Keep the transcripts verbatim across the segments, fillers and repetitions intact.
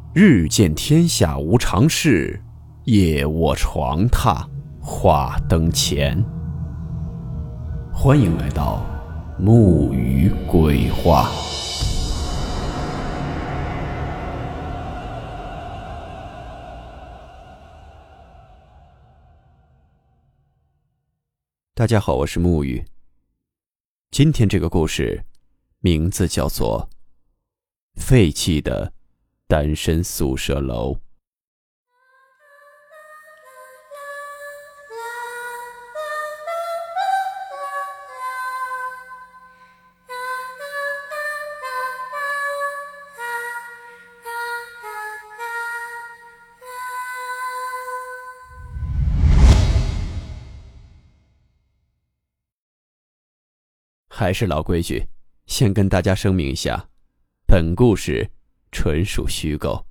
日见天下无常事，夜卧床榻话灯前。欢迎来到木鱼鬼话。大家好，我是木鱼。今天这个故事名字叫做废弃的单身宿舍楼。还是老规矩，先跟大家声明一下，本故事纯属虚构。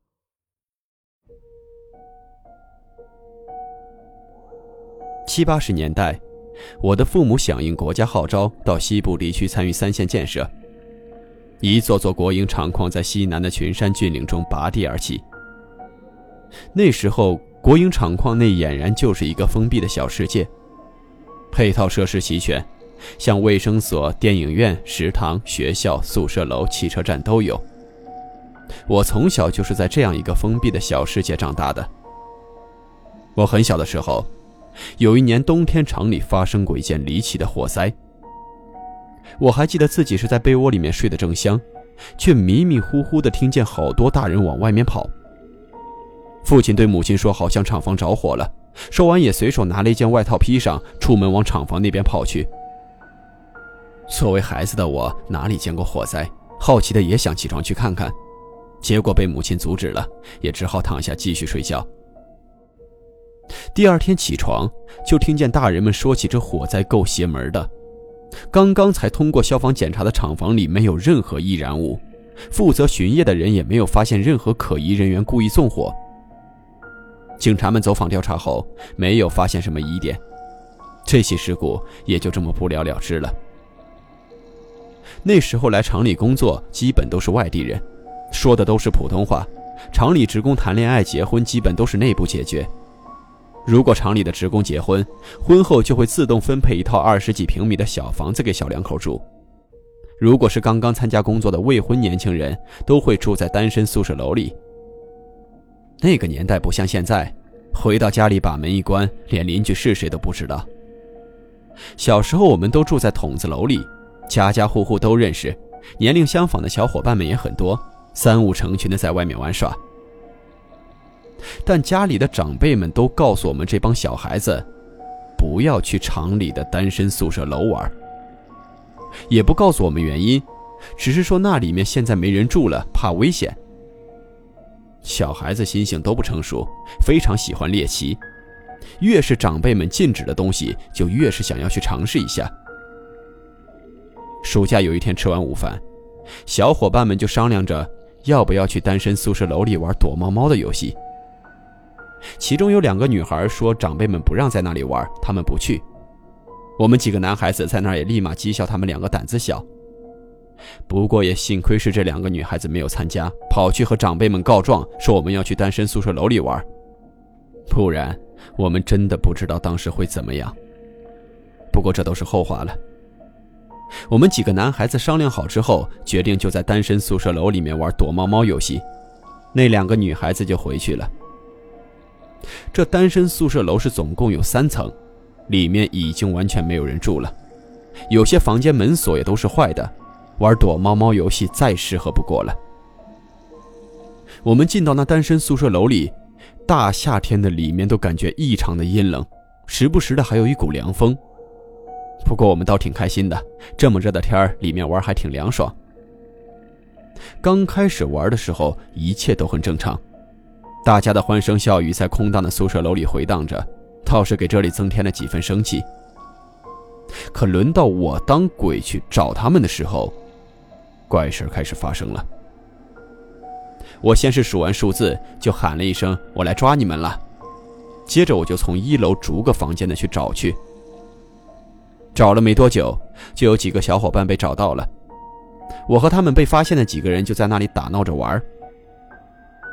七八十年代，我的父母响应国家号召，到西部地区参与三线建设。一座座国营厂矿在西南的群山峻岭中拔地而起。那时候，国营厂矿内俨然就是一个封闭的小世界，配套设施齐全，像卫生所、电影院、食堂、学校、宿舍楼、汽车站都有。我从小就是在这样一个封闭的小世界长大的。我很小的时候，有一年冬天，厂里发生过一件离奇的火灾。我还记得自己是在被窝里面睡得正香，却迷迷糊糊地听见好多大人往外面跑。父亲对母亲说好像厂房着火了，说完也随手拿了一件外套披上，出门往厂房那边跑去。作为孩子的我哪里见过火灾，好奇的也想起床去看看，结果被母亲阻止了，也只好躺下继续睡觉。第二天起床，就听见大人们说起这火灾够邪门的。刚刚才通过消防检查的厂房里没有任何易燃物，负责巡夜的人也没有发现任何可疑人员故意纵火。警察们走访调查后，没有发现什么疑点，这起事故也就这么不了了之了。那时候来厂里工作基本都是外地人，说的都是普通话，厂里职工谈恋爱结婚基本都是内部解决。如果厂里的职工结婚，婚后就会自动分配一套二十几平米的小房子给小两口住。如果是刚刚参加工作的未婚年轻人，都会住在单身宿舍楼里。那个年代不像现在，回到家里把门一关，连邻居是谁都不知道。小时候我们都住在筒子楼里，家家户户都认识，年龄相仿的小伙伴们也很多，三五成群的在外面玩耍。但家里的长辈们都告诉我们这帮小孩子，不要去厂里的单身宿舍楼玩，也不告诉我们原因，只是说那里面现在没人住了，怕危险。小孩子心性都不成熟，非常喜欢猎奇，越是长辈们禁止的东西，就越是想要去尝试一下。暑假有一天吃完午饭，小伙伴们就商量着要不要去单身宿舍楼里玩躲猫猫的游戏。其中有两个女孩说长辈们不让在那里玩，她们不去。我们几个男孩子在那儿也立马讥笑他们两个胆子小。不过也幸亏是这两个女孩子没有参加，跑去和长辈们告状，说我们要去单身宿舍楼里玩，不然我们真的不知道当时会怎么样。不过这都是后话了。我们几个男孩子商量好之后，决定就在单身宿舍楼里面玩躲猫猫游戏，那两个女孩子就回去了。这单身宿舍楼是总共有三层，里面已经完全没有人住了，有些房间门锁也都是坏的，玩躲猫猫游戏再适合不过了。我们进到那单身宿舍楼里，大夏天的里面都感觉异常的阴冷，时不时的还有一股凉风。不过我们倒挺开心的，这么热的天儿，里面玩还挺凉爽。刚开始玩的时候，一切都很正常，大家的欢声笑语在空荡的宿舍楼里回荡着，倒是给这里增添了几分生气。可轮到我当鬼去找他们的时候，怪事开始发生了。我先是数完数字，就喊了一声我来抓你们了，接着我就从一楼逐个房间的去找去。找了没多久，就有几个小伙伴被找到了。我和他们被发现的几个人就在那里打闹着玩。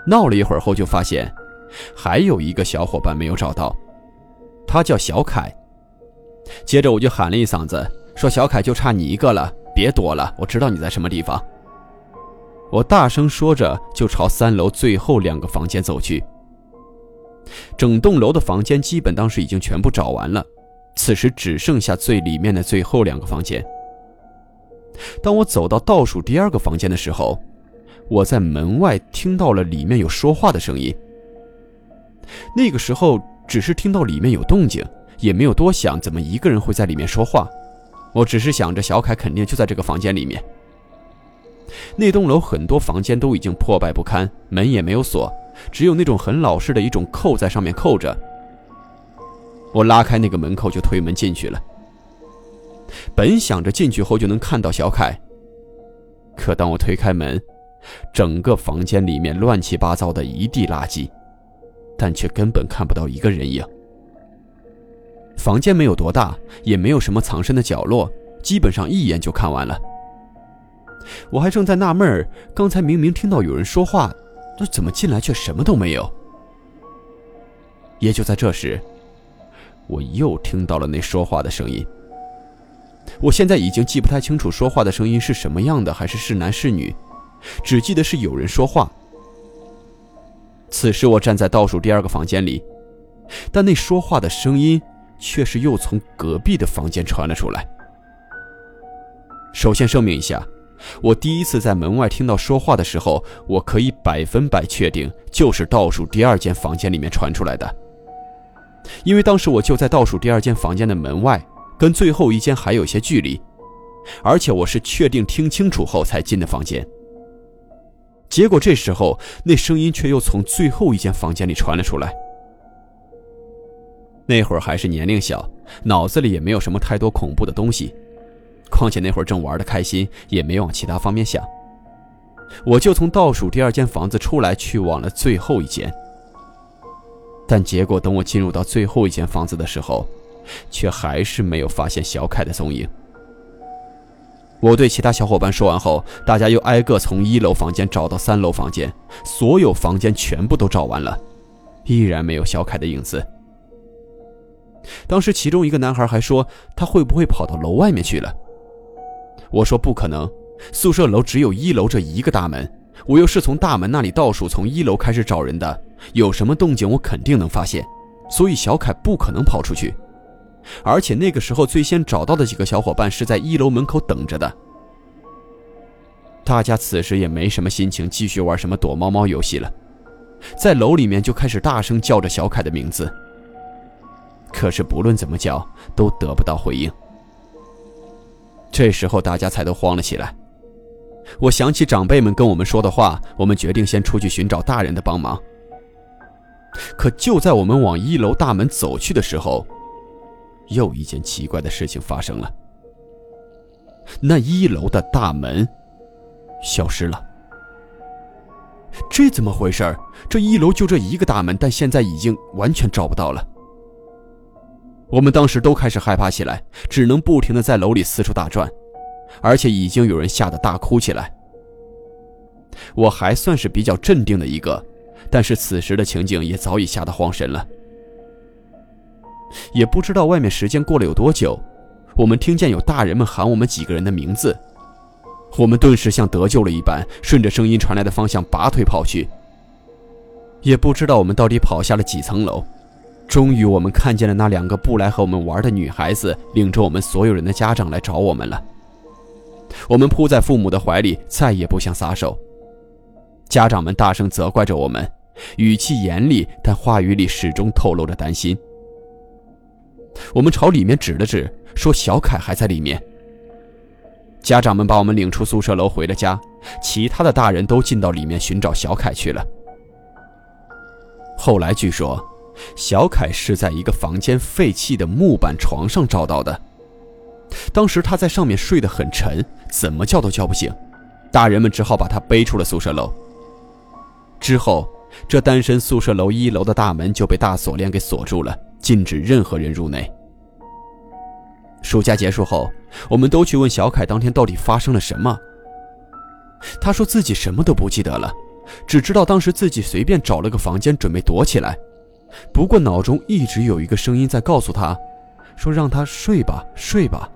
闹了一会儿后就发现还有一个小伙伴没有找到，他叫小凯。接着我就喊了一嗓子，说小凯就差你一个了，别躲了，我知道你在什么地方。我大声说着就朝三楼最后两个房间走去。整栋楼的房间基本当时已经全部找完了，此时只剩下最里面的最后两个房间。当我走到倒数第二个房间的时候，我在门外听到了里面有说话的声音。那个时候只是听到里面有动静，也没有多想怎么一个人会在里面说话，我只是想着小凯肯定就在这个房间里面。那栋楼很多房间都已经破败不堪，门也没有锁，只有那种很老式的一种扣在上面扣着。我拉开那个门扣就推门进去了，本想着进去后就能看到小凯，可当我推开门，整个房间里面乱七八糟的一地垃圾，但却根本看不到一个人影。房间没有多大，也没有什么藏身的角落，基本上一眼就看完了。我还正在纳闷，刚才明明听到有人说话，这怎么进来却什么都没有？也就在这时，我又听到了那说话的声音。我现在已经记不太清楚说话的声音是什么样的，还是是男是女，只记得是有人说话。此时我站在倒数第二个房间里，但那说话的声音却是又从隔壁的房间传了出来。首先声明一下，我第一次在门外听到说话的时候，我可以百分百确定就是倒数第二间房间里面传出来的，因为当时我就在倒数第二间房间的门外，跟最后一间还有些距离，而且我是确定听清楚后才进的房间。结果这时候那声音却又从最后一间房间里传了出来。那会儿还是年龄小，脑子里也没有什么太多恐怖的东西，况且那会儿正玩得开心，也没往其他方面想。我就从倒数第二间房子出来，去往了最后一间。但结果等我进入到最后一间房子的时候，却还是没有发现小凯的踪影。我对其他小伙伴说完后，大家又挨个从一楼房间找到三楼房间，所有房间全部都找完了，依然没有小凯的影子。当时其中一个男孩还说他会不会跑到楼外面去了。我说不可能，宿舍楼只有一楼这一个大门，我又是从大门那里倒数从一楼开始找人的，有什么动静我肯定能发现，所以小凯不可能跑出去。而且那个时候最先找到的几个小伙伴是在一楼门口等着的。大家此时也没什么心情继续玩什么躲猫猫游戏了，在楼里面就开始大声叫着小凯的名字，可是不论怎么叫都得不到回应。这时候大家才都慌了起来。我想起长辈们跟我们说的话，我们决定先出去寻找大人的帮忙。可就在我们往一楼大门走去的时候，又一件奇怪的事情发生了。那一楼的大门消失了。这怎么回事？这一楼就这一个大门，但现在已经完全找不到了。我们当时都开始害怕起来，只能不停地在楼里四处打转，而且已经有人吓得大哭起来。我还算是比较镇定的一个，但是此时的情景也早已吓得慌神了。也不知道外面时间过了有多久，我们听见有大人们喊我们几个人的名字，我们顿时像得救了一般，顺着声音传来的方向拔腿跑去。也不知道我们到底跑下了几层楼，终于我们看见了那两个不来和我们玩的女孩子领着我们所有人的家长来找我们了。我们扑在父母的怀里，再也不想撒手。家长们大声责怪着我们，语气严厉，但话语里始终透露着担心。我们朝里面指了指，说小凯还在里面。家长们把我们领出宿舍楼回了家，其他的大人都进到里面寻找小凯去了。后来据说小凯是在一个房间废弃的木板床上找到的，当时他在上面睡得很沉，怎么叫都叫不醒，大人们只好把他背出了宿舍楼。之后这单身宿舍楼一楼的大门就被大锁链给锁住了，禁止任何人入内。暑假结束后，我们都去问小凯当天到底发生了什么。他说自己什么都不记得了， 只知道当时自己随便找了个房间准备躲起来，不过脑中一直有一个声音在告诉他，说让他睡吧睡吧。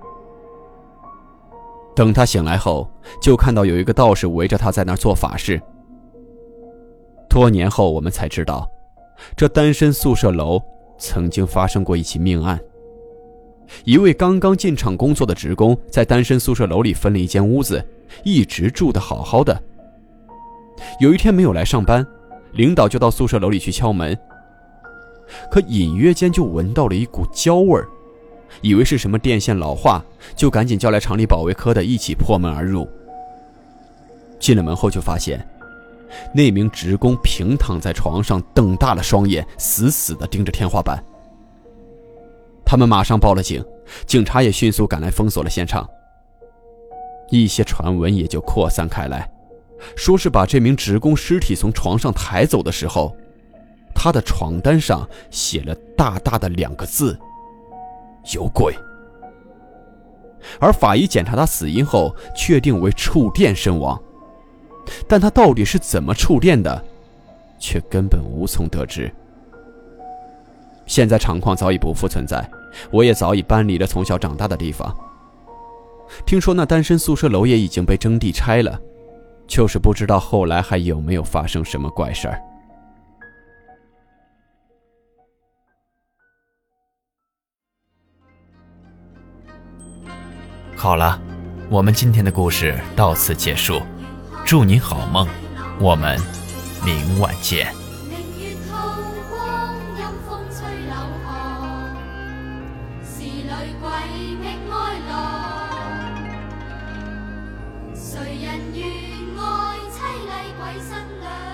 等他醒来后，就看到有一个道士围着他在那儿做法事。多年后我们才知道，这单身宿舍楼曾经发生过一起命案。一位刚刚进厂工作的职工在单身宿舍楼里分了一间屋子，一直住得好好的。有一天没有来上班，领导就到宿舍楼里去敲门，可隐约间就闻到了一股焦味儿，以为是什么电线老化，就赶紧叫来厂里保卫科的一起破门而入。进了门后就发现那名职工平躺在床上，瞪大了双眼，死死地盯着天花板。他们马上报了警，警察也迅速赶来封锁了现场。一些传闻也就扩散开来，说是把这名职工尸体从床上抬走的时候，他的床单上写了大大的两个字：有鬼。而法医检查他死因后，确定为触电身亡，但他到底是怎么触电的，却根本无从得知。现在厂矿早已不复存在，我也早已搬离了从小长大的地方。听说那单身宿舍楼也已经被征地拆了，就是不知道后来还有没有发生什么怪事儿。 好了，我们今天的故事到此结束，祝您好梦，我们明晚见。 谁人愿爱凄厉鬼新娘？